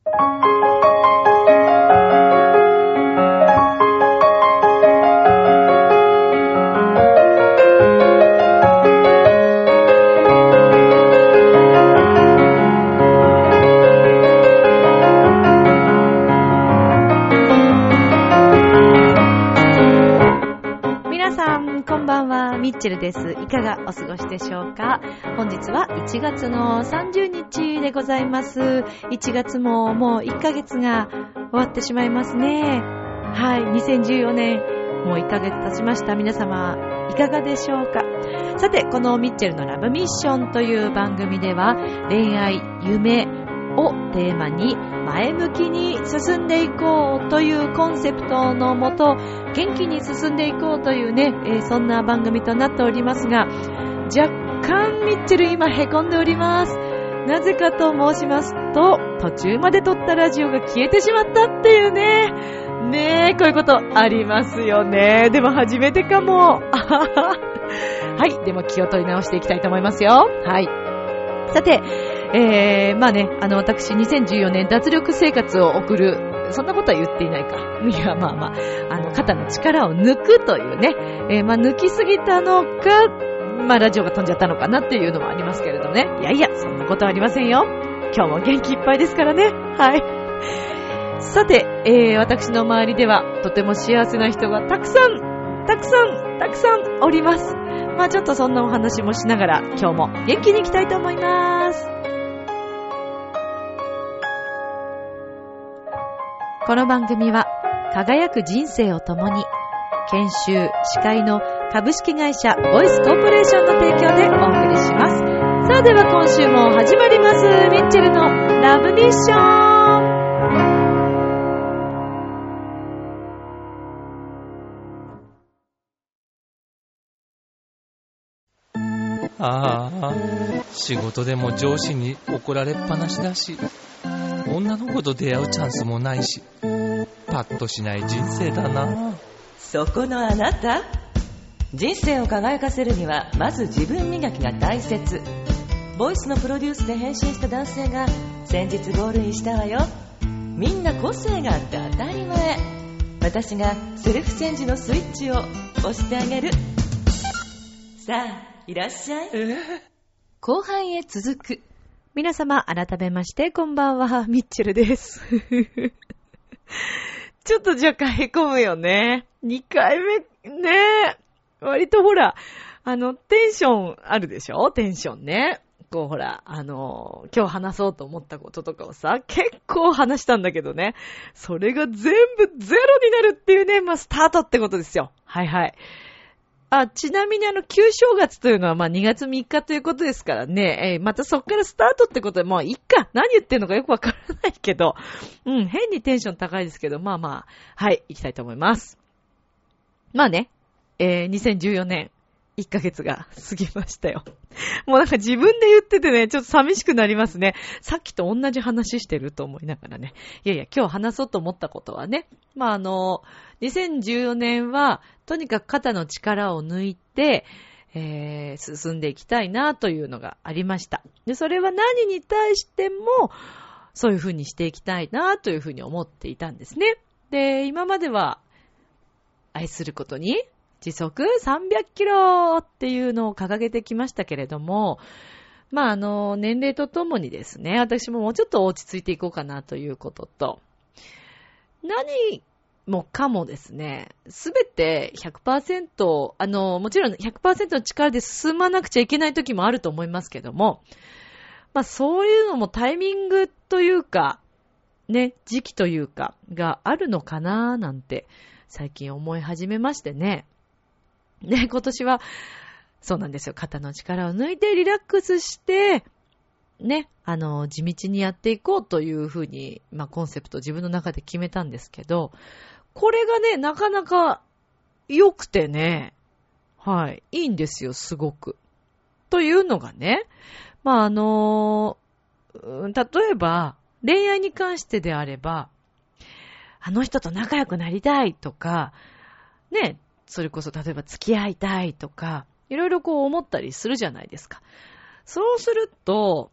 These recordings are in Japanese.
ミッチェルです。いかがお過ごしでしょうか。本日は1月の30日でございます。1月ももう1ヶ月が終わってしまいますね。はい、2014年もう1ヶ月経ちました。皆様いかがでしょうか。さて、このミッチェルのラブミッションという番組では、恋愛、夢をテーマに前向きに進んでいこうというコンセプトのもと、元気に進んでいこうというね、そんな番組となっておりますが、若干ミッチェル今へこんでおります。なぜかと申しますと、途中まで撮ったラジオが消えてしまったっていうね。ねえ、こういうことありますよね。でも初めてかも。はい、でも気を取り直していきたいと思いますよ。はい。さて、まあね、私2014年脱力生活を送る、そんなことは言っていないか。いや、まあまあ、肩の力を抜くというね、まあ抜きすぎたのか、まあラジオが飛んじゃったのかなっていうのもありますけれどね。いやいや、そんなことはありませんよ。今日も元気いっぱいですからね。はい。さて、私の周りではとても幸せな人がたくさんおります。まあちょっとそんなお話もしながら今日も元気にいきたいと思います。この番組は輝く人生を共に研修司会の株式会社ボイスコーポレーションの提供でお送りします。さあでは今週も始まります。ミッチェルのラブミッション。 ああ、仕事でも上司に怒られっぱなしだし、女の子と出会うチャンスもないし、パッとしない人生だな。 そこのあなた、人生を輝かせるにはまず自分磨きが大切。ボイスのプロデュースで変身した男性が先日ゴールインしたわよ。みんな個性があって当たり前。私がセルフチェンジのスイッチを押してあげる。さあいらっしゃい。 後半へ続く。皆様改めましてこんばんは、ミッチェルですちょっと若干へこむよね。2回目ね、割とほらテンションあるでしょ。テンションね、こうほら今日話そうと思ったこととかをさ、結構話したんだけどね、それが全部ゼロになるっていうね、まあスタートってことですよ。はいはい。ちなみに旧正月というのは2月3日ということですからね、またそっからスタートってことでもういっか、何言ってんのかよくわからないけど、変にテンション高いですけど、まあまあ、はい、行きたいと思います。まあね、2014年1ヶ月が過ぎましたよ。もうなんか自分で言っててね、ちょっと寂しくなりますね。さっきと同じ話してると思いながらね。いやいや、今日話そうと思ったことはね、まあ2014年はとにかく肩の力を抜いて、進んでいきたいなというのがありました。で、それは何に対してもそういうふうにしていきたいなというふうに思っていたんですね。で、今までは愛することに時速300キロっていうのを掲げてきましたけれども、まあ年齢とともにですね、私ももうちょっと落ち着いていこうかなということと、何もかもですね、すべて 100%、もちろん 100% の力で進まなくちゃいけない時もあると思いますけども、まあそういうのもタイミングというか、ね、時期というかがあるのかななんて最近思い始めましてね。ね、今年はそうなんですよ。肩の力を抜いてリラックスしてね、地道にやっていこうというふうに、まあコンセプトを自分の中で決めたんですけど、これがね、なかなか良くてね、はい、いいんですよ、すごく。というのがね、まあ例えば恋愛に関してであれば、あの人と仲良くなりたいとか、ね、それこそ例えば付き合いたいとか、いろいろこう思ったりするじゃないですか。そうすると、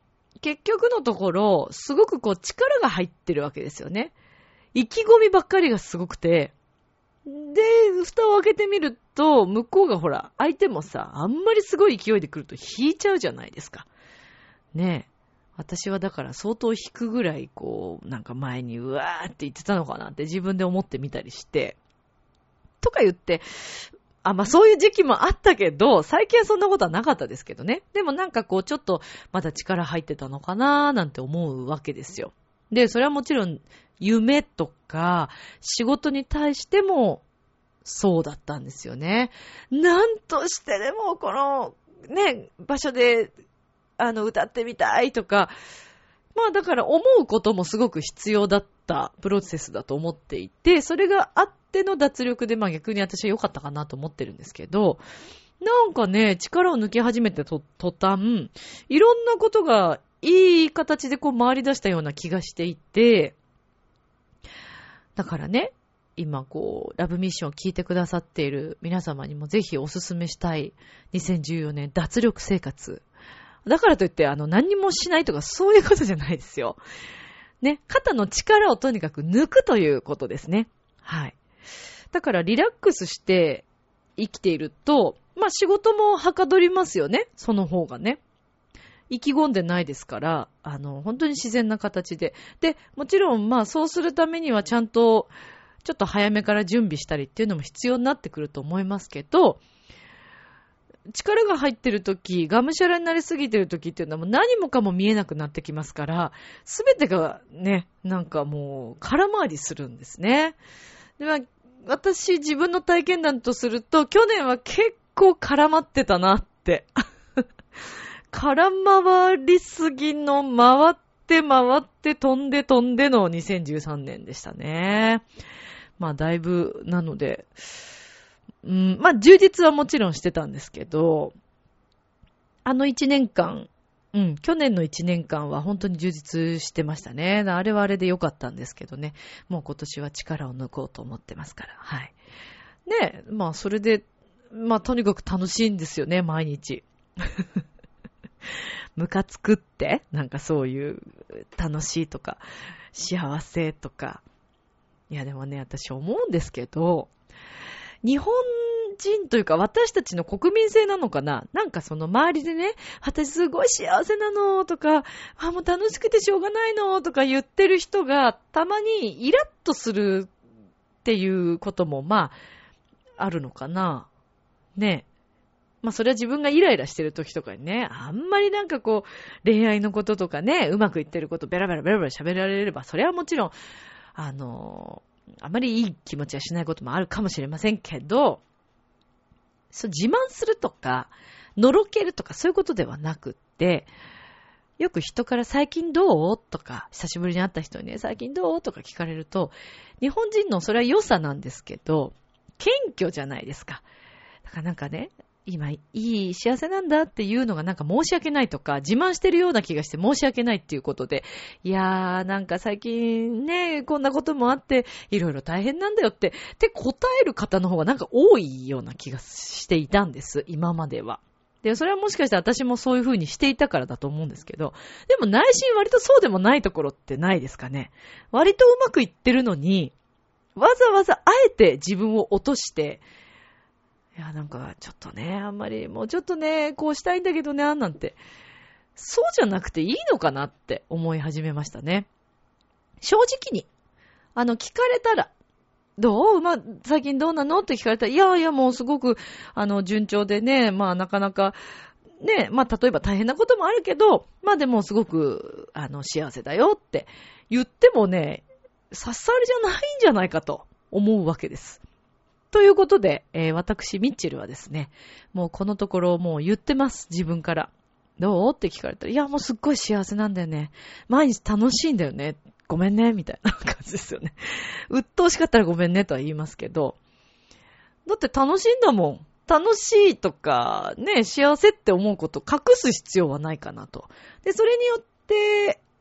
結局のところ、すごくこう力が入ってるわけですよね。意気込みばっかりがすごくて、で、蓋を開けてみると、向こうがほら、相手もさ、あんまりすごい勢いで来ると引いちゃうじゃないですか。ねえ。私はだから相当引くぐらい、こう、なんか前にうわーって言ってたのかなって自分で思ってみたりして、とか言って、まあそういう時期もあったけど、最近はそんなことはなかったですけどね。でもなんかこうちょっとまだ力入ってたのかなーなんて思うわけですよ。で、それはもちろん夢とか仕事に対してもそうだったんですよね。なんとしてでもこのね、場所で歌ってみたいとか、まあだから思うこともすごく必要だったプロセスだと思っていて、それがあっての脱力で、まあ逆に私は良かったかなと思ってるんですけど、なんかね、力を抜き始めて途端、いろんなことがいい形でこう回り出したような気がしていて、だからね、今こう、ラブミッションを聞いてくださっている皆様にもぜひお勧めしたい2014年脱力生活。だからといって何にもしないとかそういうことじゃないですよ。ね、肩の力をとにかく抜くということですね。はい。だからリラックスして生きていると、まあ仕事もはかどりますよね。その方がね。意気込んでないですから、本当に自然な形で。で、もちろんまあそうするためにはちゃんとちょっと早めから準備したりっていうのも必要になってくると思いますけど、力が入ってるとき、がむしゃらになりすぎてるときっていうのはもう何もかも見えなくなってきますから、すべてがね、なんかもう空回りするんですね。で、まあ、私自分の体験談とすると、去年は結構絡まってたなって。空回りすぎの回って飛んでの2013年でしたね。まあだいぶなので、まあ充実はもちろんしてたんですけど、1年間、去年の1年間は本当に充実してましたね。あれはあれで良かったんですけどね。もう今年は力を抜こうと思ってますから。はい。ね、まあそれで、まあとにかく楽しいんですよね、毎日。ムカつくって、なんかそういう楽しいとか、幸せとか。いやでもね、私思うんですけど、日本人というか私たちの国民性なのかな、なんかその周りでね、私すごい幸せなのとか、もう楽しくてしょうがないのとか言ってる人がたまにイラッとするっていうこともまああるのかな。ね。まあそれは自分がイライラしてる時とかにね、あんまりなんかこう恋愛のこととかね、うまくいってることベラベラ喋られれば、それはもちろんあまりいい気持ちはしないこともあるかもしれませんけど、そう自慢するとか、のろけるとかそういうことではなくって、よく人から最近どうとか、久しぶりに会った人にね、最近どうとか聞かれると、日本人のそれは良さなんですけど、謙虚じゃないですか。だからなんかね、今いい幸せなんだっていうのがなんか申し訳ないとか、自慢してるような気がして申し訳ないっていうことで、いやーなんか最近ね、こんなこともあっていろいろ大変なんだよって答える方の方がなんか多いような気がしていたんです、今までは。で、それはもしかして私もそういう風にしていたからだと思うんですけど、でも内心割とそうでもないところってないですかね。割とうまくいってるのに、わざわざあえて自分を落として、いや、なんか、ちょっとね、あんまり、もうちょっとね、こうしたいんだけどね、なんて。そうじゃなくていいのかなって思い始めましたね。正直に。聞かれたら、どう？最近どうなのって聞かれたら、いや、もうすごく、順調でね、まあ、なかなか、ね、まあ、例えば大変なこともあるけど、まあ、でもすごく、幸せだよって言ってもね、刺さりじゃないんじゃないかと思うわけです。ということで、私、ミッチェルはですね、もうこのところもう言ってます、自分から。どうって聞かれたら、いや、もうすっごい幸せなんだよね。毎日楽しいんだよね。ごめんね、みたいな感じですよね。鬱陶しかったらごめんねとは言いますけど、だって楽しいんだもん。楽しいとか、ね、幸せって思うこと隠す必要はないかなと。で、それによって、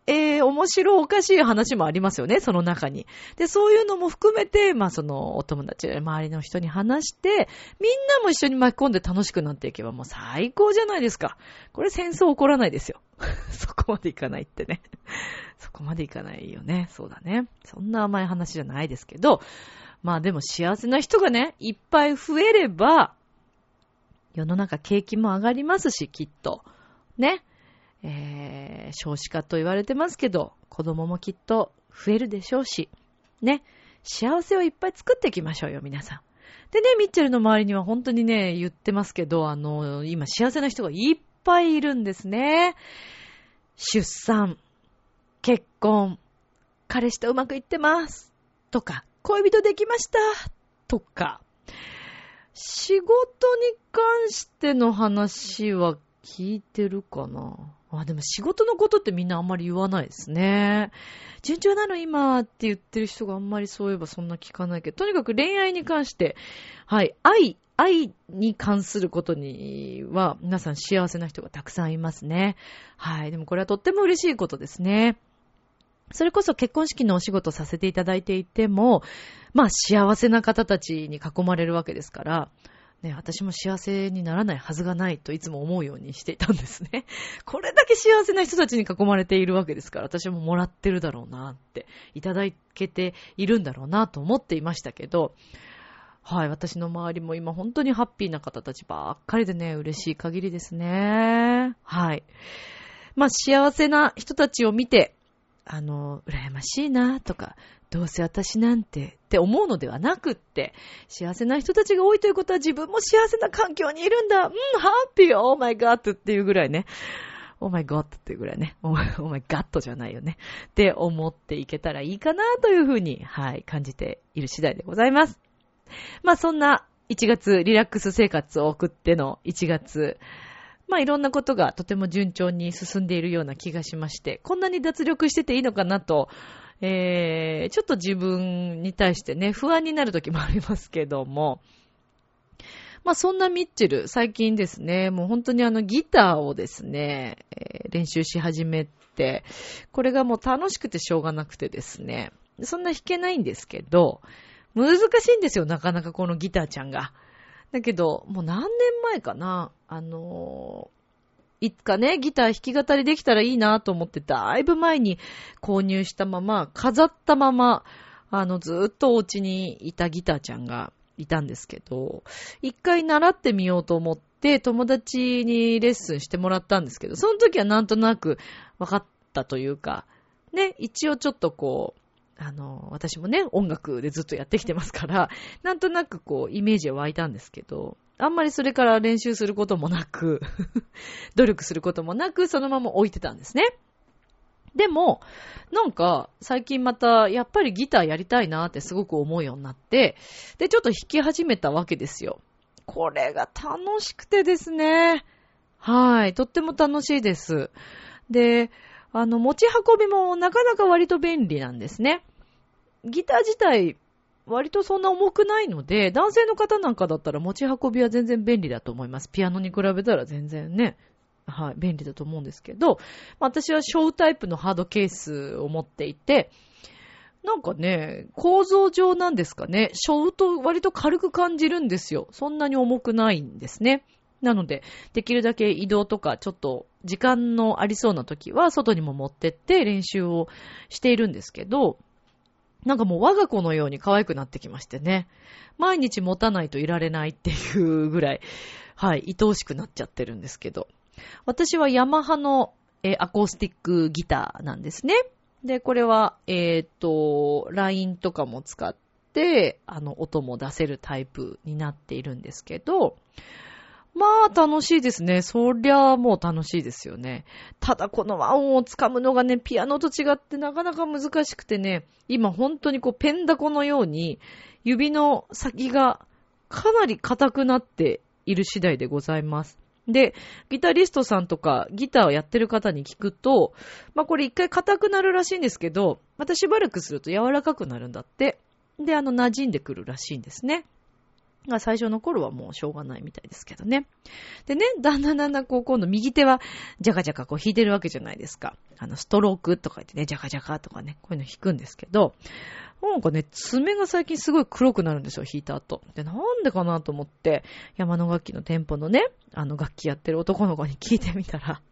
面白おかしい話もありますよね、その中に。で、そういうのも含めて、そのお友達、周りの人に話して、みんなも一緒に巻き込んで楽しくなっていけばもう最高じゃないですか。これ戦争起こらないですよ。そこまでいかないってね。そこまでいかないよね。そうだね。そんな甘い話じゃないですけど、でも幸せな人がね、いっぱい増えれば、世の中景気も上がりますし、きっと。ね。少子化と言われてますけど、子供もきっと増えるでしょうし、ね、幸せをいっぱい作っていきましょうよ、皆さん。でね、ミッチェルの周りには本当にね、言ってますけど、今幸せな人がいっぱいいるんですね。出産、結婚、彼氏とうまくいってます、とか、恋人できました、とか、仕事に関しての話は聞いてるかな。でも仕事のことってみんなあんまり言わないですね。順調なの今って言ってる人があんまりそういえばそんな聞かないけど、とにかく恋愛に関して、はい、愛に関することには皆さん幸せな人がたくさんいますね。はい、でもこれはとっても嬉しいことですね。それこそ結婚式のお仕事させていただいていても、幸せな方たちに囲まれるわけですから、ね、私も幸せにならないはずがないといつも思うようにしていたんですね。これだけ幸せな人たちに囲まれているわけですから、私ももらってるだろうなって、いただけているんだろうなと思っていましたけど、はい、私の周りも今本当にハッピーな方たちばっかりでね、嬉しい限りですね。はい。幸せな人たちを見て、羨ましいなとか、どうせ私なんてって思うのではなくって、幸せな人たちが多いということは自分も幸せな環境にいるんだ。ハッピー、オーマイガッドっていうぐらいね。オーマイガッドっていうぐらいね。オーマイガッドじゃないよね。って思っていけたらいいかなというふうに、はい、感じている次第でございます。そんな1月、リラックス生活を送っての1月、いろんなことがとても順調に進んでいるような気がしまして、こんなに脱力してていいのかなと、ちょっと自分に対してね、不安になる時もありますけども、そんなミッチェル、最近ですね、もう本当にギターをですね、練習し始めて、これがもう楽しくてしょうがなくてですね、そんな弾けないんですけど、難しいんですよ、なかなかこのギターちゃんが。だけど、もう何年前かな、いつかね、ギター弾き語りできたらいいなと思って、だいぶ前に購入したまま、飾ったまま、ずーっとお家にいたギターちゃんがいたんですけど、一回習ってみようと思って、友達にレッスンしてもらったんですけど、その時はなんとなく分かったというか、ね、一応ちょっとこう、私もね、音楽でずっとやってきてますから、なんとなくこう、イメージは湧いたんですけど、あんまりそれから練習することもなく、努力することもなく、そのまま置いてたんですね。でも、なんか、最近また、やっぱりギターやりたいなってすごく思うようになって、で、ちょっと弾き始めたわけですよ。これが楽しくてですね。はい、とっても楽しいです。で、持ち運びもなかなか割と便利なんですね。ギター自体、割とそんな重くないので、男性の方なんかだったら持ち運びは全然便利だと思います。ピアノに比べたら全然ね、はい、便利だと思うんですけど、私はショータイプのハードケースを持っていて、なんかね、構造上なんですかね、ショーと割と軽く感じるんですよ。そんなに重くないんですね。なので、できるだけ移動とかちょっと時間のありそうな時は外にも持ってって練習をしているんですけど、なんかもう我が子のように可愛くなってきましてね。毎日持たないといられないっていうぐらい、はい、愛おしくなっちゃってるんですけど。私はヤマハの、アコースティックギターなんですね。で、これは、ラインとかも使って、音も出せるタイプになっているんですけど、楽しいですね。そりゃもう楽しいですよね。ただこの和音をつかむのがね、ピアノと違ってなかなか難しくてね、今本当にこうペンダコのように指の先がかなり硬くなっている次第でございます。で、ギタリストさんとかギターをやってる方に聞くと、これ一回硬くなるらしいんですけど、またしばらくすると柔らかくなるんだって。で、馴染んでくるらしいんですね。 最初の頃はもうしょうがないみたいですけどね。でね、だんだんこう今度右手はジャカジャカこう弾いてるわけじゃないですか。ストロークとか言ってね、ジャカジャカとかね、こういうの弾くんですけど、なんかね、爪が最近すごい黒くなるんですよ、弾いた後。で、なんでかなと思って、山の楽器の店舗のね、楽器やってる男の子に聞いてみたら、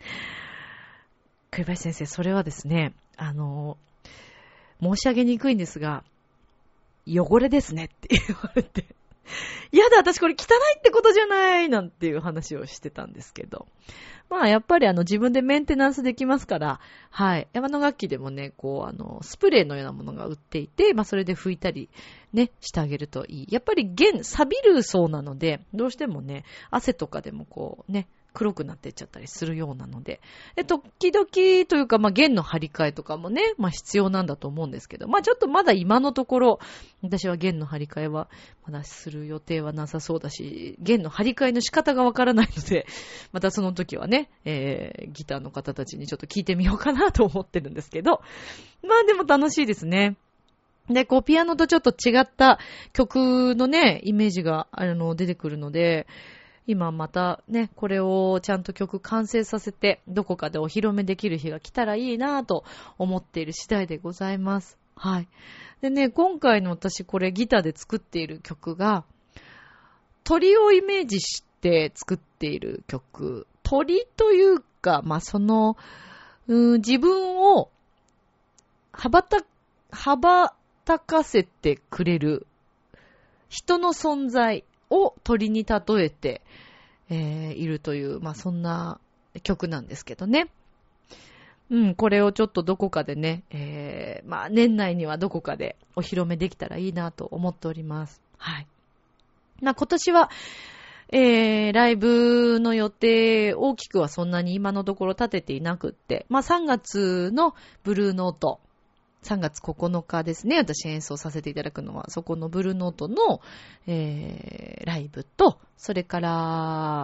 栗林先生、それはですね、申し上げにくいんですが、汚れですねって言われて、やだ、私これ汚いってことじゃないなんていう話をしてたんですけど。まあやっぱり自分でメンテナンスできますから、はい。山の楽器でもね、こうスプレーのようなものが売っていて、まあそれで拭いたりね、してあげるといい。やっぱり錆びるそうなので、どうしてもね、汗とかでもこうね、黒くなっていっちゃったりするようなので、時々というか、まあ、弦の張り替えとかもね、まあ、必要なんだと思うんですけど、まあ、ちょっとまだ今のところ、私は弦の張り替えは、まだする予定はなさそうだし、弦の張り替えの仕方がわからないので、またその時はね、ギターの方たちにちょっと聞いてみようかなと思ってるんですけど、まあ、でも楽しいですね。で、こう、ピアノとちょっと違った曲のね、イメージが、出てくるので、今またね、これをちゃんと曲完成させて、どこかでお披露目できる日が来たらいいなぁと思っている次第でございます。はい。でね、今回の私これギターで作っている曲が、鳥をイメージして作っている曲。鳥というか、まあ、自分を羽ばたかせてくれる人の存在を鳥に例えて、いるという、まあ、そんな曲なんですけどね。これをちょっとどこかでね、まあ、年内にはどこかでお披露目できたらいいなと思っております。はい。まあ、今年は、ライブの予定大きくはそんなに今のところ立てていなくって、まあ、3月のブルーノート、3月9日ですね。私演奏させていただくのは、そこのブルーノートの、ライブと、それから、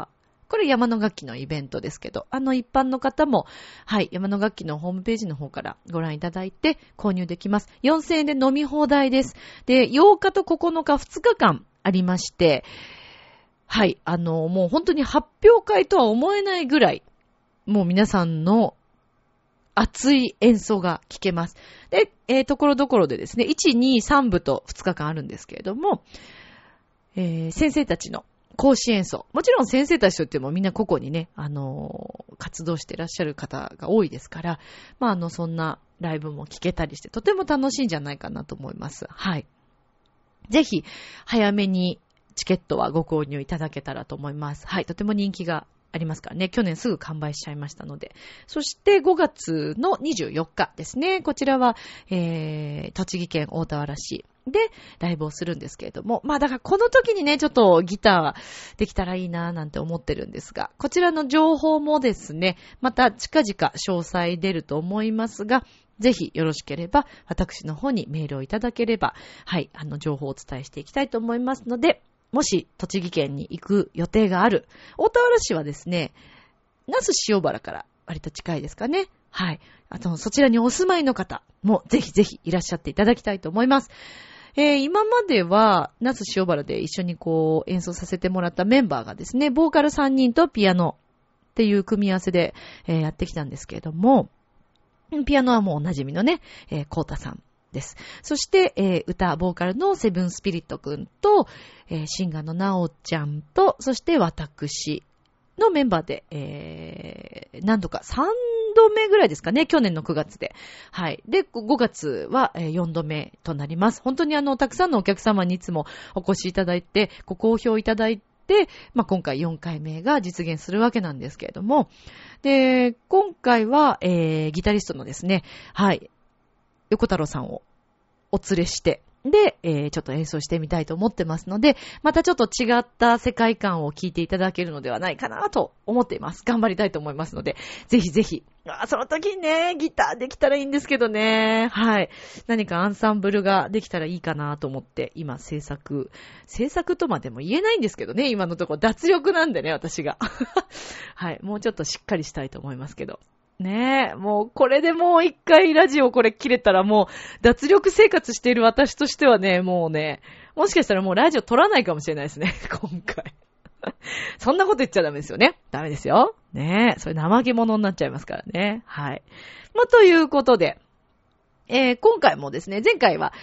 これ山の楽器のイベントですけど、一般の方も、はい、山の楽器のホームページの方からご覧いただいて購入できます。4000円で飲み放題です。で、8日と9日2日間ありまして、はい、もう本当に発表会とは思えないぐらい、もう皆さんの熱い演奏が聴けます。で、ところどころでですね、1、2、3部と2日間あるんですけれども、先生たちの講師演奏。もちろん先生たちといってもみんな個々にね、活動していらっしゃる方が多いですから、まあ、そんなライブも聴けたりして、とても楽しいんじゃないかなと思います。はい。ぜひ、早めにチケットはご購入いただけたらと思います。はい。とても人気がありますからね。去年すぐ完売しちゃいましたので。そして5月の24日ですね。こちらは、栃木県大田原市でライブをするんですけれども。まあだからこの時にね、ちょっとギターできたらいいなぁなんて思ってるんですが、こちらの情報もですね、また近々詳細出ると思いますが、ぜひよろしければ私の方にメールをいただければ、はい、情報をお伝えしていきたいと思いますので、もし栃木県に行く予定がある。大田原市はですね、那須塩原から割と近いですかね。はい。そちらにお住まいの方もぜひぜひいらっしゃっていただきたいと思います。今までは那須塩原で一緒にこう演奏させてもらったメンバーがですね、ボーカル3人とピアノっていう組み合わせで、やってきたんですけれども、ピアノはもうおなじみのね、コウタさんです。そして、歌、ボーカルのセブンスピリットくんと、シンガーのなおちゃんと、そして私のメンバーで、何度か3度目ぐらいですかね、去年の9月で。はい。で、5月は4度目となります。本当にたくさんのお客様にいつもお越しいただいて、ご好評いただいて、まあ、今回4回目が実現するわけなんですけれども、で、今回は、ギタリストのですね、はい、横太郎さんをお連れして、で、ちょっと演奏してみたいと思ってますので、またちょっと違った世界観を聞いていただけるのではないかなと思っています。頑張りたいと思いますので、ぜひぜひ。その時にね、ギターできたらいいんですけどね。はい。何かアンサンブルができたらいいかなと思って、今制作とまでも言えないんですけどね、今のところ脱力なんでね、私が。はい。もうちょっとしっかりしたいと思いますけど。ねえ、もうこれでもう一回ラジオこれ切れたらもう脱力生活している私としてはね、もうね、 もしかしたらもうラジオ撮らないかもしれないですね、今回。そんなこと言っちゃダメですよね。ダメですよ。ねえ、それ怠け者になっちゃいますからね。はい。ということで、今回もですね、前回は、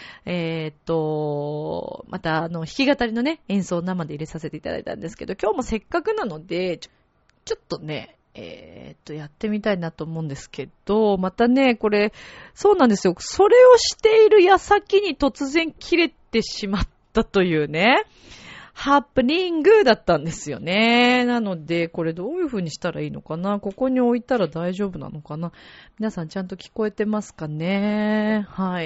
また弾き語りのね、演奏を生で入れさせていただいたんですけど、今日もせっかくなので、ちょっとね、やってみたいなと思うんですけど、またね、これ、そうなんですよ。それをしている矢先に突然切れてしまったというね、ハプニングだったんですよね。なので、これどういう風にしたらいいのかな？ここに置いたら大丈夫なのかな？皆さんちゃんと聞こえてますかね？はい。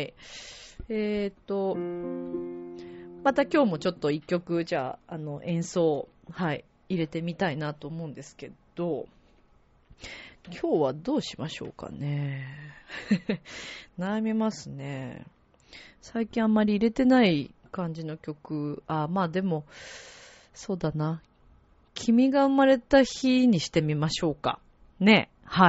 また今日もちょっと一曲、じゃあ、演奏、はい、入れてみたいなと思うんですけど、今日はどうしましょうかね。悩みますね。最近あんまり入れてない感じの曲。まあでも、そうだな。君が生まれた日にしてみましょうか。ね。はい。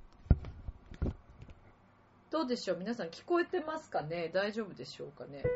どうでしょう？皆さん聞こえてますかね？大丈夫でしょうかね？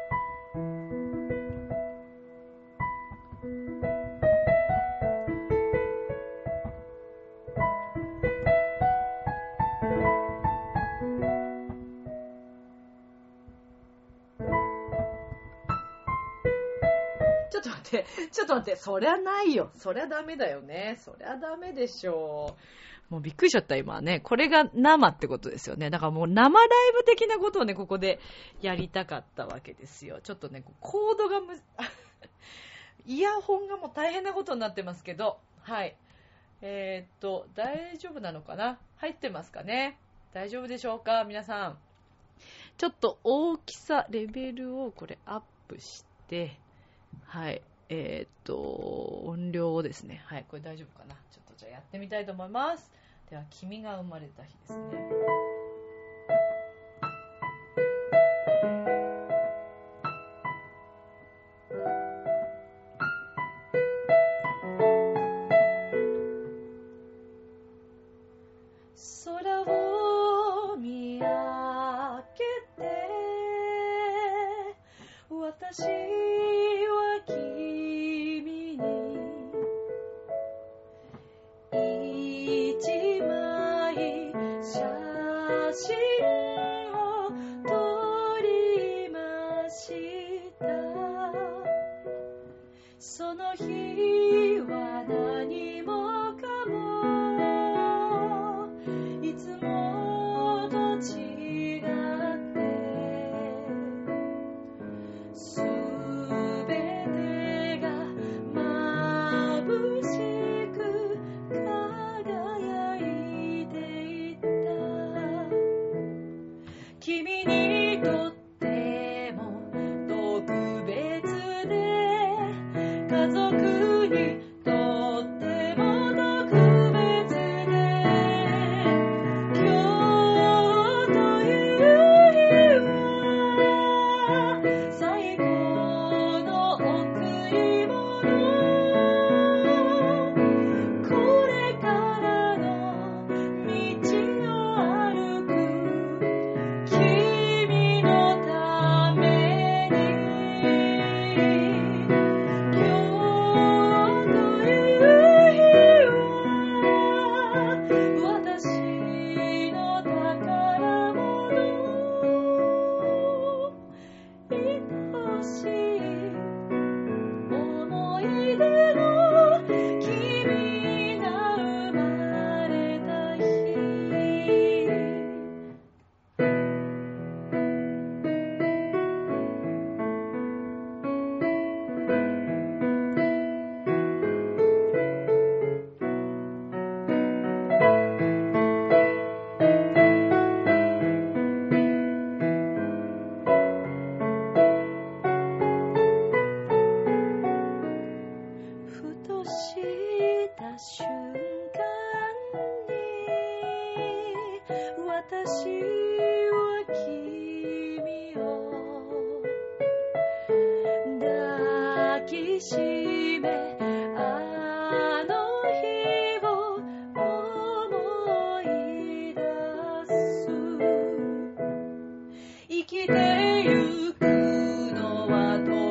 ちょっと待って、そりゃないよ。そりゃダメだよね。そりゃダメでしょう。もうびっくりしちゃった今ね。これが生ってことですよね。だからもう生ライブ的なことをね、ここでやりたかったわけですよ。ちょっとね、コードがイヤホンがもう大変なことになってますけど、はい。大丈夫なのかな？入ってますかね？大丈夫でしょうか？皆さん。ちょっと大きさ、レベルをこれアップして、はい。音量をですね。はい。これ大丈夫かな？ちょっとじゃあやってみたいと思います。では、君が生まれた日ですね。空を見上げて、私は君に一枚写真を撮りました。その日は何もかもいつもと違ってすべてが眩しく輝いていた。君にとっても特別で、家族にとっても特別で、今日という日は最高の贈り物。これからの道を歩く君のために、今日という日は私の宝物。愛しい思い出の君が生まれた日。ふとした瞬間に私は君を抱きしめ、あの日を思い出す。生きてゆくのは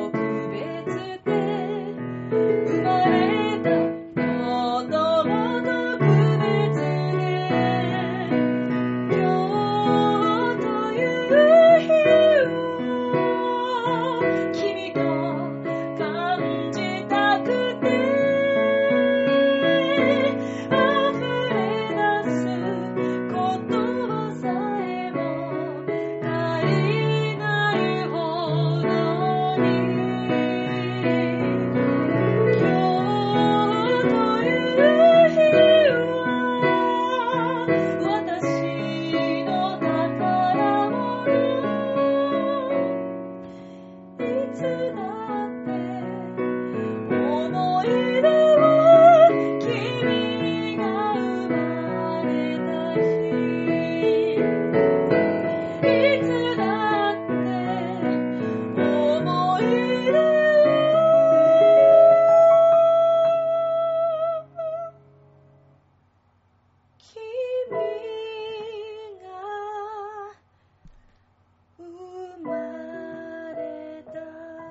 まれた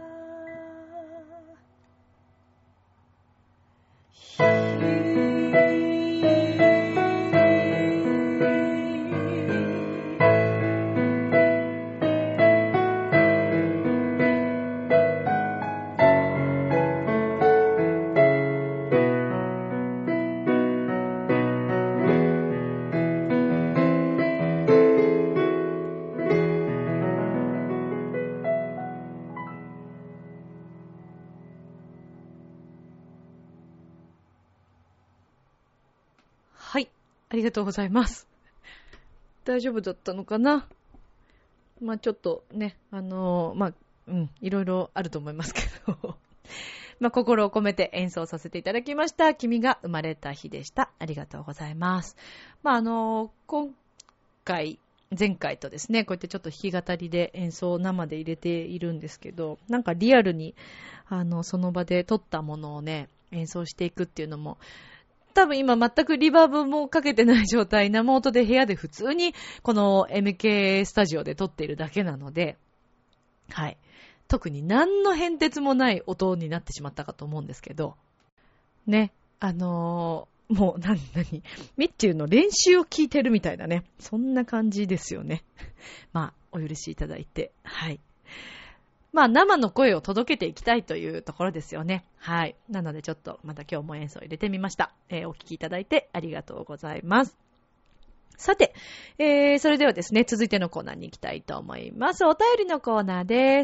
はい、ありがとうございます。大丈夫だったのかな。まあちょっとね、いろいろあると思いますけどまあ心を込めて演奏させていただきました。君が生まれた日でした。ありがとうございます。まあ今回前回とですね、こうやってちょっと弾き語りで演奏を生で入れているんですけど、なんかリアルにその場で撮ったものをね演奏していくっていうのも、多分今全くリバーブもかけてない状態、生音で部屋で普通にこの MK スタジオで撮っているだけなので、はい。特に何の変哲もない音になってしまったかと思うんですけど、ね、もうミッチェルの練習を聞いてるみたいなね、そんな感じですよね。まあ、お許しいただいて、はい。まあ生の声を届けていきたいというところですよね。はい。なのでちょっとまた今日も演奏入れてみました。お聞きいただいてありがとうございます。さて、それではですね、続いてのコーナーに行きたいと思います。お便りのコーナーです。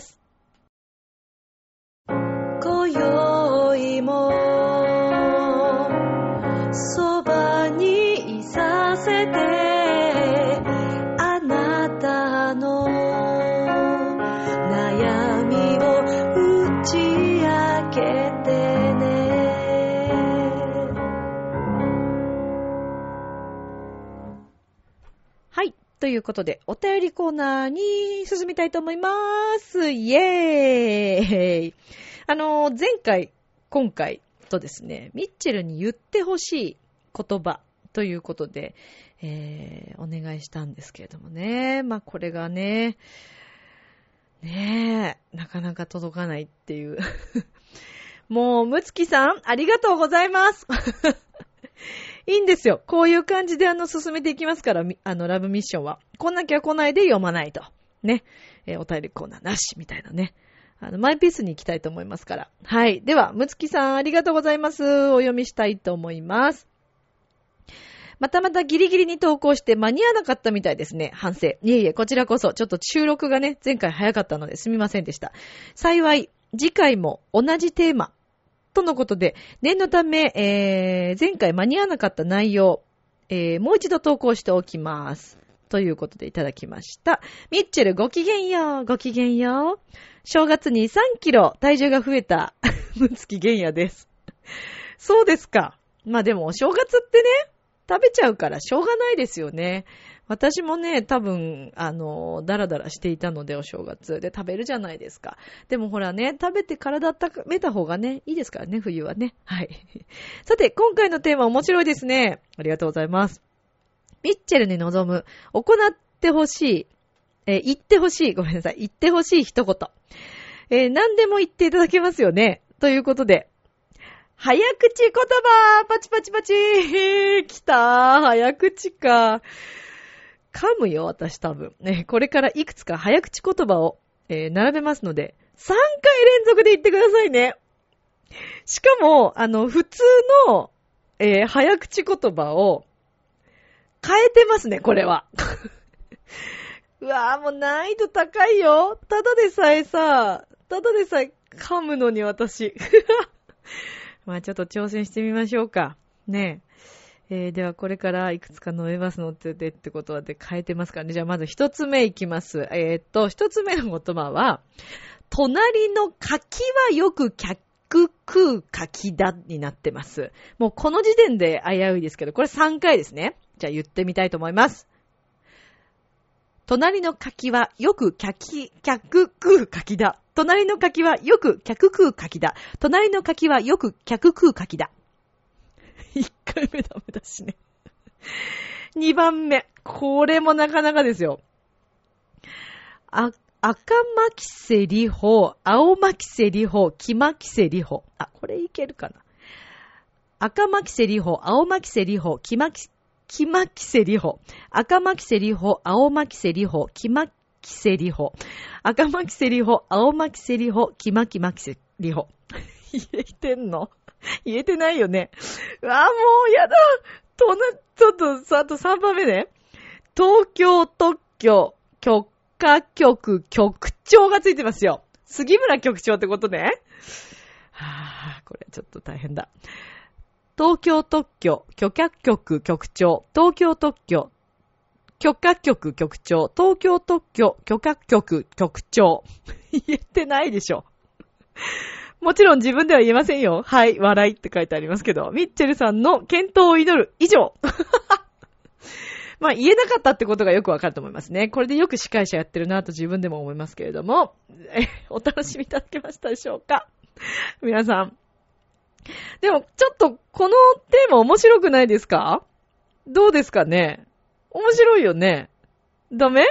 今宵もそばにいさせて、あなたの悩みを打ち明けてね。はい。ということで、お便りコーナーに進みたいと思います。イエーイ。前回、今回とですね、ミッチェルに言ってほしい言葉ということで、お願いしたんですけれどもね。まあ、これがね、なかなか届かないっていう。もう、むつきさん、ありがとうございます。いいんですよ。こういう感じで進めていきますから、ラブミッションは。来なきゃ来ないで読まないと。ね。お便りコーナーなし、みたいなね。マイペースに行きたいと思いますから。はい。では、むつきさん、ありがとうございます。お読みしたいと思います。またギリギリに投稿して間に合わなかったみたいですね。反省。いえいえ、こちらこそ、ちょっと収録がね、前回早かったのですみませんでした。幸い、次回も同じテーマ、とのことで、念のため、前回間に合わなかった内容、もう一度投稿しておきます。ということでいただきました。ミッチェルごきげんよう、ごきげんよう。正月に3キロ体重が増えた、むつきげんやです。そうですか。まあでもお正月ってね、食べちゃうからしょうがないですよね。私もね、多分、だらだらしていたのでお正月で食べるじゃないですか。でもほらね、食べて体温めた方がね、いいですからね、冬はね。はい。さて、今回のテーマ面白いですね。ありがとうございます。ミッチェルに望む、行ってほしい、言ってほしい、ごめんなさい、言ってほしい一言。何でも言っていただけますよね。ということで、早口言葉パチパチパチ来た早口か。噛むよ、私多分。ね、これからいくつか早口言葉を、並べますので、3回連続で言ってくださいね。しかも、普通の、早口言葉を変えてますね、これは。うわぁ、もう難易度高いよ。ただでさえ噛むのに私。まあちょっと挑戦してみましょうか。ねえ。ではこれからいくつか飲めますのってことはで変えてますからね。じゃあまず一つ目いきます。一つ目の言葉は、隣の柿はよく客食う柿だになってます。もうこの時点で危ういですけど、これ3回ですね。じゃあ言ってみたいと思います。隣の柿はよく客食う柿だ。隣の柿はよく客食う柿だ。隣の柿はよく客食う柿だ。1回目ダメだしね。2番目。これもなかなかですよ。 赤巻瀬里穂、青巻瀬里穂、黄巻瀬里穂。あ、これいけるかな。赤巻瀬里穂、青巻瀬里穂、黄巻瀬里穂。赤巻瀬里穂、青巻瀬里穂、黄巻瀬里穂。赤巻瀬里穂、青巻瀬里穂、黄巻瀬里穂。言えてんの？言えてないよね。うわ、もうやだ。ちょっと、あと3番目ね。東京特許許可局局長がついてますよ。杉村局長ってことね。はぁ、これちょっと大変だ。東京特許許可局局長、東京特許許可局局長、東京特許許可局局長。言えてないでしょ。もちろん自分では言えませんよ。はい、笑いって書いてありますけど、ミッチェルさんの健闘を祈る以上。まあ言えなかったってことがよくわかると思いますね。これでよく司会者やってるなと自分でも思いますけれども、お楽しみいただけましたでしょうか？皆さん。でもちょっとこのテーマ面白くないですか？どうですかね？面白いよね。ダメ？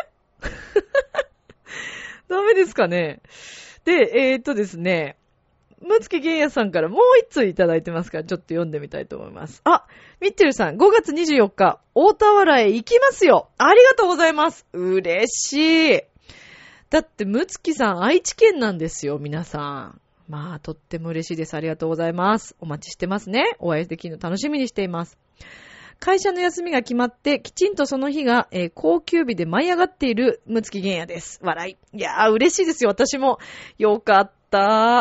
ダメですかね？で、ですね、むつきげんやさんからもう一通いただいてますから、ちょっと読んでみたいと思います。あ、ミッチェルさん、5月24日、大田原へ行きますよ。ありがとうございます。嬉しい。だって、むつきさん、愛知県なんですよ、皆さん。まあ、とっても嬉しいです。ありがとうございます。お待ちしてますね。お会いできるの楽しみにしています。会社の休みが決まって、きちんとその日が、高級日で舞い上がっているむつきげんやです。笑い。いやー、嬉しいですよ。私も。よかった。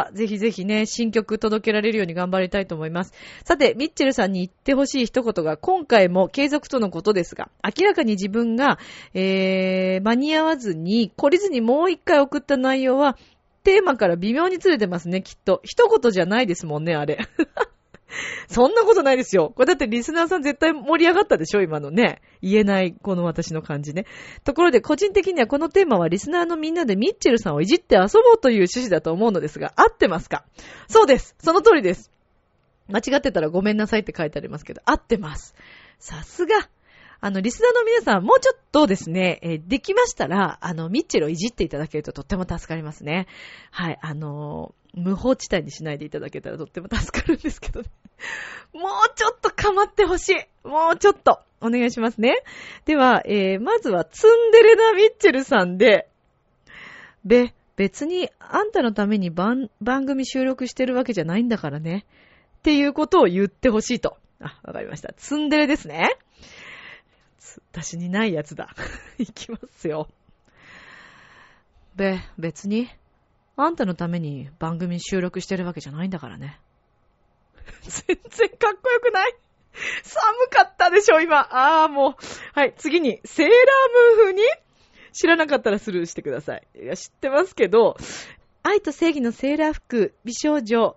ぜひぜひね、新曲届けられるように頑張りたいと思います。さて、ミッチェルさんに言ってほしい一言が、今回も継続とのことですが、明らかに自分が、間に合わずに、懲りずにもう一回送った内容は、テーマから微妙にずれてますね、きっと。一言じゃないですもんね、あれ。そんなことないですよ。これだってリスナーさん絶対盛り上がったでしょ、今のね。言えないこの私の感じね。ところで個人的にはこのテーマはリスナーのみんなでミッチェルさんをいじって遊ぼうという趣旨だと思うのですが、合ってますか？そうです。その通りです。間違ってたらごめんなさいって書いてありますけど、合ってます。さすが。リスナーの皆さん、もうちょっとですね、できましたら、ミッチェルをいじっていただけるととっても助かりますね。はい、無法地帯にしないでいただけたらとっても助かるんですけどね。もうちょっと構ってほしい。もうちょっと。お願いしますね。では、まずはツンデレなミッチェルさんで、別にあんたのために番組収録してるわけじゃないんだからね。っていうことを言ってほしいと。あ、わかりました。ツンデレですね。私にないやつだ。いきますよ。別に、あんたのために番組収録してるわけじゃないんだからね。全然かっこよくない？寒かったでしょ、今。もう。はい、次に、セーラームーン風に知らなかったらスルーしてください。いや、知ってますけど、愛と正義のセーラー服、美少女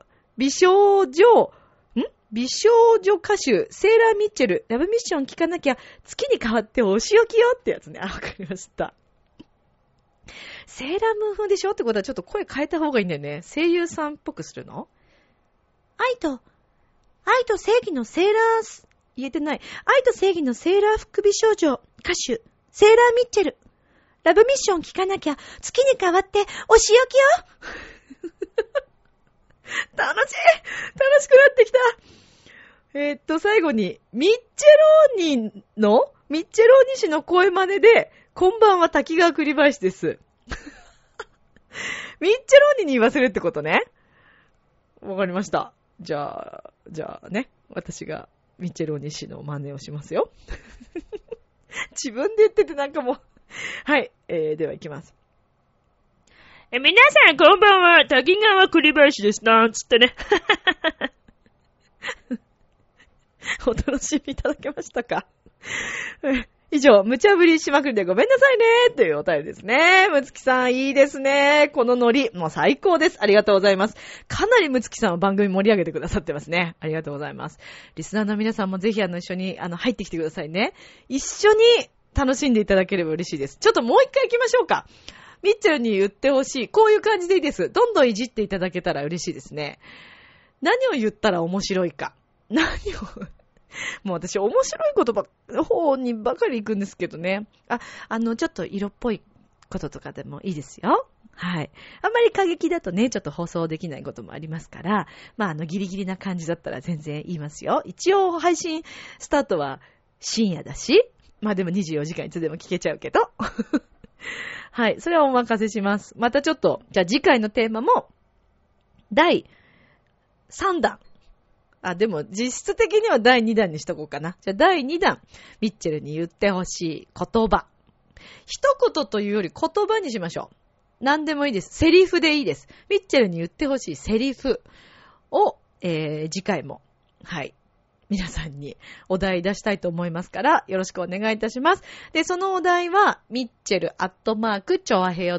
歌手、セーラーミッチェル、ラブミッション聞かなきゃ月に変わってお仕置きよってやつね。わかりました。セーラームーン風でしょってことはちょっと声変えた方がいいんだよね。声優さんっぽくするの？愛と正義のセーラー、言えてない。愛と正義のセーラー服美少女、歌手、セーラーミッチェル、ラブミッション聞かなきゃ月に変わってお仕置きよ楽しくなってきた。最後に、ミッチェローニ氏の声真似で、こんばんは滝川栗林です。ミッチェローニに言わせるってことね。わかりました。じゃあね、私がミッチェローニ氏の真似をしますよ。自分で言っててなんかもう。はい、では行きます。皆さんこんばんは、滝川栗林です。なんつってね。お楽しみいただけましたか？以上、無茶ぶりしまくりでごめんなさいねというお便りですね。むつきさんいいですね。このノリ、もう最高です。ありがとうございます。かなりむつきさんは番組盛り上げてくださってますね。ありがとうございます。リスナーの皆さんもぜひ一緒に入ってきてくださいね。一緒に楽しんでいただければ嬉しいです。ちょっともう一回行きましょうか。ミッチェルに言ってほしい。こういう感じでいいです。どんどんいじっていただけたら嬉しいですね。何を言ったら面白いか。もう私面白い言葉の方にばかり行くんですけどね。ちょっと色っぽいこととかでもいいですよ。 はい。あんまり過激だとね、ちょっと放送できないこともありますから、ギリギリな感じだったら全然言いますよ。一応配信スタートは深夜だし、でも24時間いつでも聞けちゃうけど。はい。それはお任せします。またちょっと、じゃあ次回のテーマも、第3弾。でも実質的には第2弾にしとこうかな。じゃあ第2弾。ミッチェルに言ってほしい言葉。一言というより言葉にしましょう。何でもいいです。セリフでいいです。ミッチェルに言ってほしいセリフを、次回も、はい。皆さんにお題出したいと思いますから、よろしくお願いいたします。で、そのお題は、ミッチェル@チョアヘヨ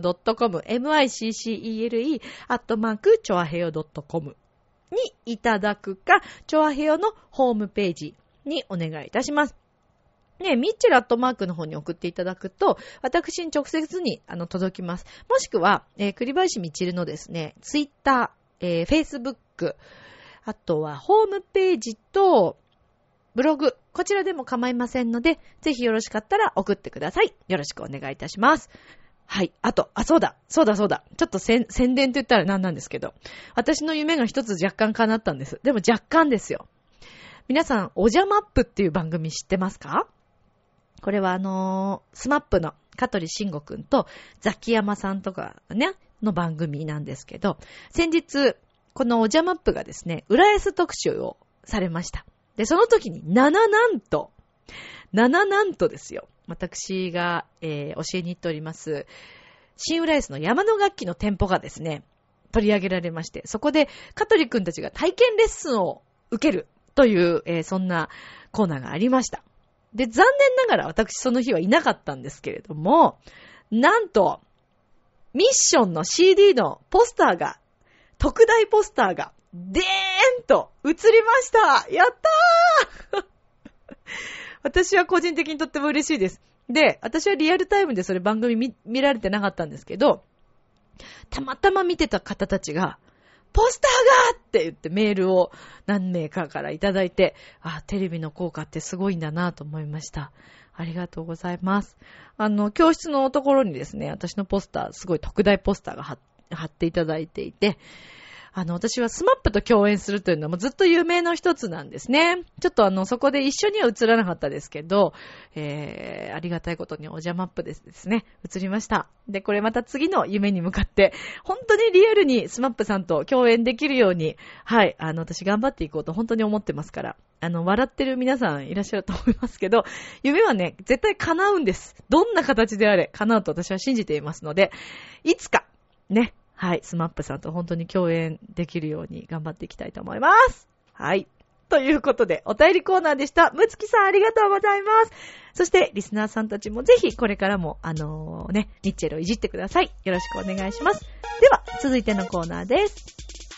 .com、miccele @チョアヘヨ .com にいただくか、チョアヘヨのホームページにお願いいたします。ね、ミッチェル@の方に送っていただくと、私に直接に届きます。もしくは、栗林みちるのですね、ツイッター、フェイスブック、あとはホームページとブログ、こちらでも構いませんので、ぜひよろしかったら送ってください。よろしくお願いいたします。はい。あと、そうだ。ちょっと宣伝と言ったら何なんですけど、私の夢が一つ若干叶ったんです。でも若干ですよ。皆さん、おじゃまっぷっていう番組知ってますか？これはスマップの香取慎吾くんとザキヤマさんとかね、の番組なんですけど、先日、このおじゃまっぷがですね、浦安特集をされました。で、その時になんとですよ。私が、教えに行っております、新浦安の山の楽器の店舗がですね、取り上げられまして、そこで香取くんたちが体験レッスンを受けるという、そんなコーナーがありました。で、残念ながら私その日はいなかったんですけれども、なんと、ミッションの CD のポスターが、特大ポスターが、でーんと映りました。やったー私は個人的にとっても嬉しいです。で、私はリアルタイムでそれ番組見られてなかったんですけど、たまたま見てた方たちが、ポスターがって言ってメールを何名かからいただいて、テレビの効果ってすごいんだなと思いました。ありがとうございます。教室のところにですね、私のポスター、すごい特大ポスターが貼っていただいていて、私はスマップと共演するというのはもうずっと有名の一つなんですね。ちょっとそこで一緒には映らなかったですけど、ありがたいことにおじゃまっぷですね、映りました。で、これまた次の夢に向かって、本当にリアルにスマップさんと共演できるように、はい、私頑張っていこうと本当に思ってますから、笑ってる皆さんいらっしゃると思いますけど、夢はね、絶対叶うんです。どんな形であれ、叶うと私は信じていますので、いつか、ね、はい、スマップさんと本当に共演できるように頑張っていきたいと思います。はい。ということで、お便りコーナーでした。むつきさんありがとうございます。そして、リスナーさんたちもぜひこれからも、ミッチェルをいじってください。よろしくお願いします。では、続いてのコーナーです。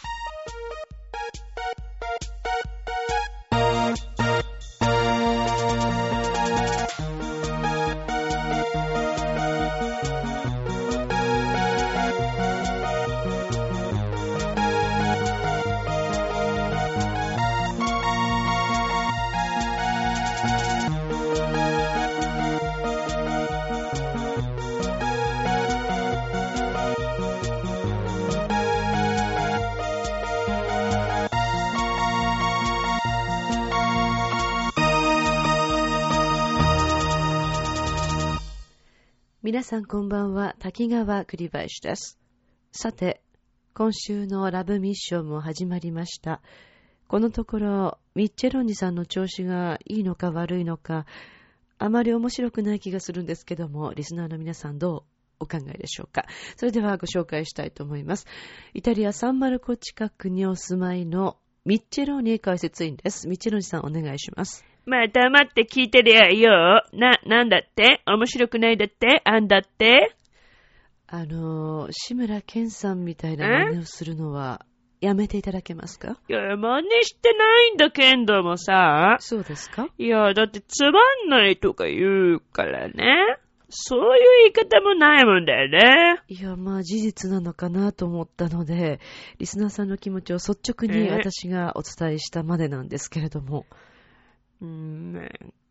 皆さんこんばんは、滝川栗林です。さて、今週のラブミッションも始まりました。このところ、ミッチェロニさんの調子がいいのか悪いのか、あまり面白くない気がするんですけども、リスナーの皆さんどうお考えでしょうか。それではご紹介したいと思います。イタリア・サンマルコ近くにお住まいのミッチェロニ解説員です。ミッチェロニさんお願いします。 まあ、黙って聞いてりゃよ。なんだって面白くないだってあんだって志村けんさんみたいな真似をするのはやめていただけますか？ いや、真似してないんだけんどもさ。 そうですか？ いや、だってつまんないとか言うからね。そういう言い方もないもんだよね。 いや、まあ事実なのかなと思ったので、リスナーさんの気持ちを率直に私がお伝えしたまでなんですけれども。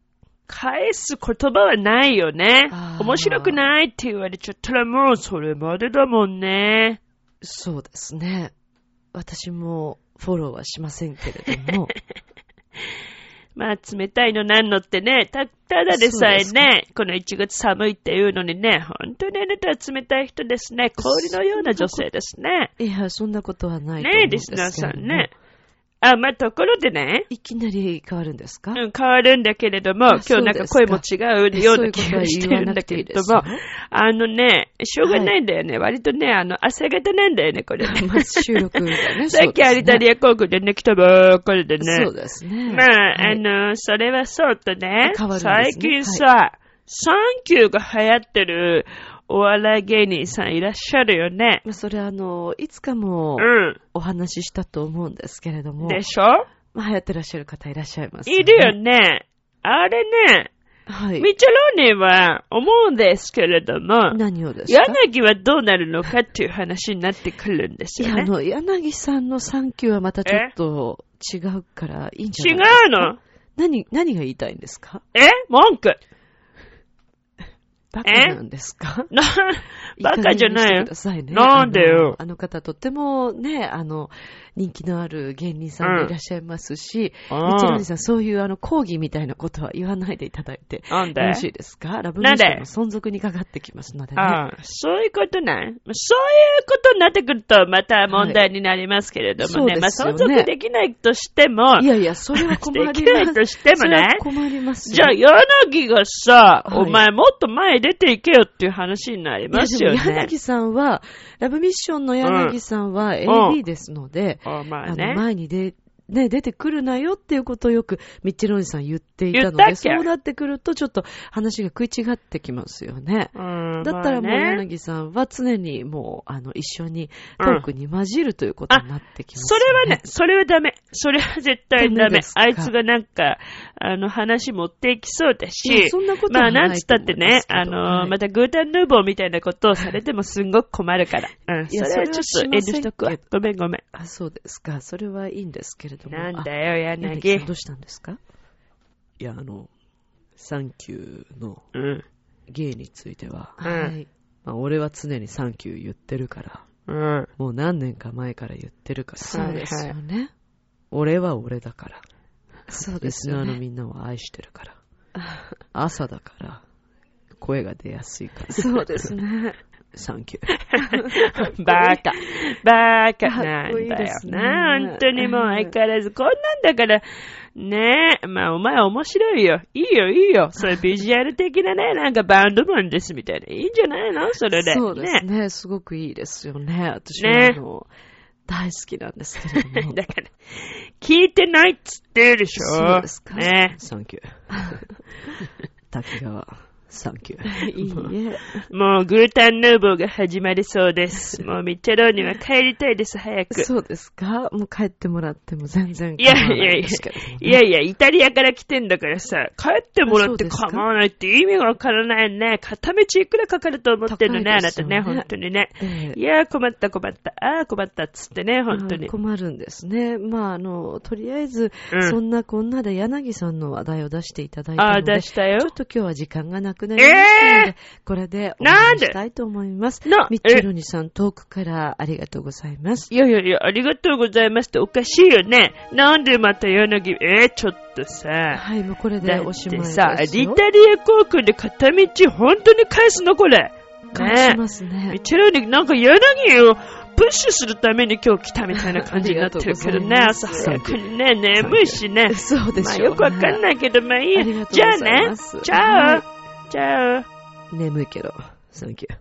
返す言葉はないよね。 あー面白くないって言われちゃったらもうそれまでだもんね。 そうですね。私もフォローはしませんけれども。 まあ冷たいのなんのってね、ただでさえね、この1月寒いっていうのにね、本当にあなたは冷たい人ですね。氷のような女性ですね。 いや、そんなことはないと思うんねえ、 ですけれども。 リスナーさんね。あ、まあ、ところでね、 いきなり変わるんですか？ 変わるんだけれども、 あ今日なんか声も違うような気がしてるんだけれども、しょうがないんだよね。割とね、朝方なんだよね、これね。 まあ、収録がね。 さっきアリタリア航空でね、来たばっかりでね。 そうですね。 まあ、 はいそれはそうとね、 変わるんですね最近さ、サンキューが流行ってるお笑い芸人さんいらっしゃるよね。 まあ、それいつかもうお話ししたと思うんですけれども。 ん。でしょ？ まあ、流行ってらっしゃる方いらっしゃいます、 いるよね。あれね、 はい。 ミチェローニは思うんですけれども、 何をですか？ 柳はどうなるのかっていう話になってくるんですいや、 よね。 柳さんのサンキューはまたちょっと違うからいいんじゃ違ないですか？ うの？ 何が言いたいんですか？ 文句。 バカなんですか？ バカじゃないよいい加減にしてくださいね。 なんでよ。 あの方とってもね、人気のある芸人さんでいらっしゃいますし、みちろにさん、そういう講義みたいなことは言わないでいただいてなんでよろしいですか？ラブミッションの存続にかかってきますのでね。 ああ、そういうことね。そういうことになってくるとまた問題になりますけれどもね。 はいまあそうですよね存続できないとしても、 いやいや、それは困ります。 できないとしてもそれはね。 困りますよ。 じゃあ、柳がさ、 はいお前もっと前出ていけよっていう話になりますよね。 いやでも柳さんは、ラブミッションの柳さんは AD ですので、 まあね。 前に出てくるなよっていうことをよくミッチェローニさん言っていたので、 言ったっけそうなってくるとちょっと話が食い違ってきますよね。だったらもう柳さんは常にもう一緒にトークに混じるということになってきますそれよね。 はね、それはダメ。それは絶対ダメダメです。かあいつがなんか、話持っていきそうだいしや、そんなことまあ、 はないなんつったってね、 はいまたグータンヌーボーみたいなことをされてもすんごく困るから。そいやれはちょっと遠慮しとくわ。ごめんごめん。 あ、そうですか。それはいいんですけれども。 なんだよ、 柳さ柳ん。どうしたんですか？いや、サンキューのうん。 芸については、 うんはい。まあ、俺は常にサンキュー言ってるから、 うん。 もう何年か前から言ってるから。 そうですよね。俺は俺だから。 そうでリすよね。 スナーのみんなを愛してるから。朝だから、声が出やすいから。 そうですね。 サンキュー。 バカ。バカかっこいいなんだよですねな。本当にもう相変わらずこんなんだから、ねえ、まあお前面白いよ。いいよ、いいよ。それビジュアル的なね、なんかバンドマンですみたいな。いいんじゃないのそれで。 そうですね。 ね。すごくいいですよね。私はね大好きなんですけれども。 だから、聞いてないっつってるでしょ。 そうですか。 ねサンキュー。滝川、サンキュー。 いいえ。 もうグータンヌーボーが始まりそうです。もうミッチェローには帰りたいです、早く。 そうですか？もう帰ってもらっても全然いや構わないいやいやですけれどもね。 いやいや、イタリアから来てんだからさ、帰ってもらってそうですか構わないって意味がわからないね。片道いくらかかると思ってんのね、あなたね、 高いですよね本当にね。 ええいや、困った困った。ああ、困ったっつってね、本当に。 困るんですね。まあ、とりあえず、 うんそんなこんなで柳さんの話題を出していただいたああ、 ので、 出したよちょ。っと今日は時間がなくなりましたので、これで終わりにしたいと思います。ミッチェロニさん、遠くからありがとうございます。 いやいやいや、ありがとうございますっておかしいよね。なんでまた柳、ちょっとさ。 はい、もうこれでだおしまいですってさ、 よ。 イタリア航空で片道本当に返すのこれ。 返しますねミ。チェロニ、なんか柳をプッシュするために今日来たみたいな感じになってるけどね、 ありがと朝うございます早くにね、眠いしね。 そうでしょうね。 まあよくわかんないけど、まあいいや。 ありがとうじゃあねございま、すチャオチャオ眠いけど、サンキュー。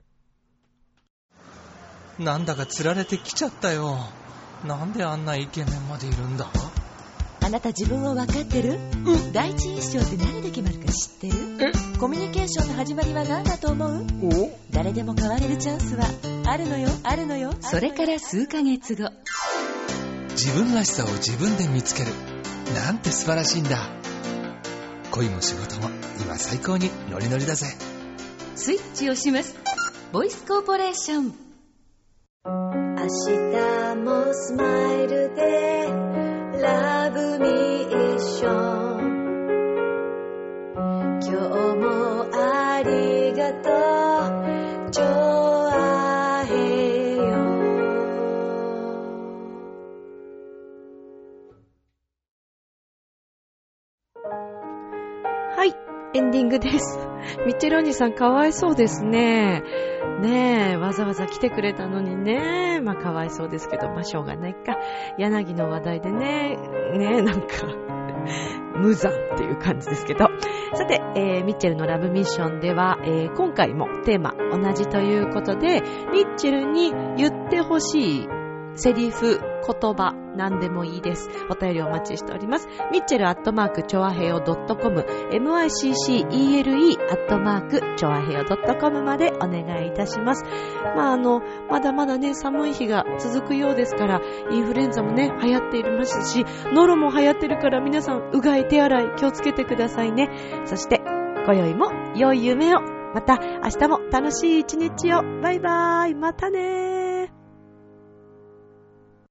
なんだか釣られてきちゃったよ。なんであんなイケメンまでいるんだ？ あなた自分を分かってる？第一印象って何で決まるか知ってる？コミュニケーションの始まりは何だと思う？誰でも変われるチャンスはあるのよ、あるのよ。それから数ヶ月後。 自分らしさを自分で見つける。なんて素晴らしいんだ。恋も仕事も今最高にノリノリだぜ。 スイッチをします。ボイスコーポレーション。 明日もスマイルでラブミッション今日もありがとうチョアヘヨ。 はい、エンディングです。ミッチェルお兄さんかわいそうですね。ねえ、わざわざ来てくれたのにね。まあかわいそうですけど、まあしょうがないか。柳の話題でね、なんか無残っていう感じですけど。さて、ミッチェルのラブミッションでは、今回もテーマ同じということで、ミッチェルに言ってほしいセリフ、言葉、何でもいいです。お便りお待ちしております。ミッチェルチョアヘヨ .com、micceleチョアヘヨ .com までお願いいたします。まあまだまだね、寒い日が続くようですから、インフルエンザもね、流行っていますし、ノロも流行ってるから皆さん、うがい手洗い気をつけてくださいね。そして、今宵も良い夢を。また明日も楽しい一日を。バイバーイ。またねー。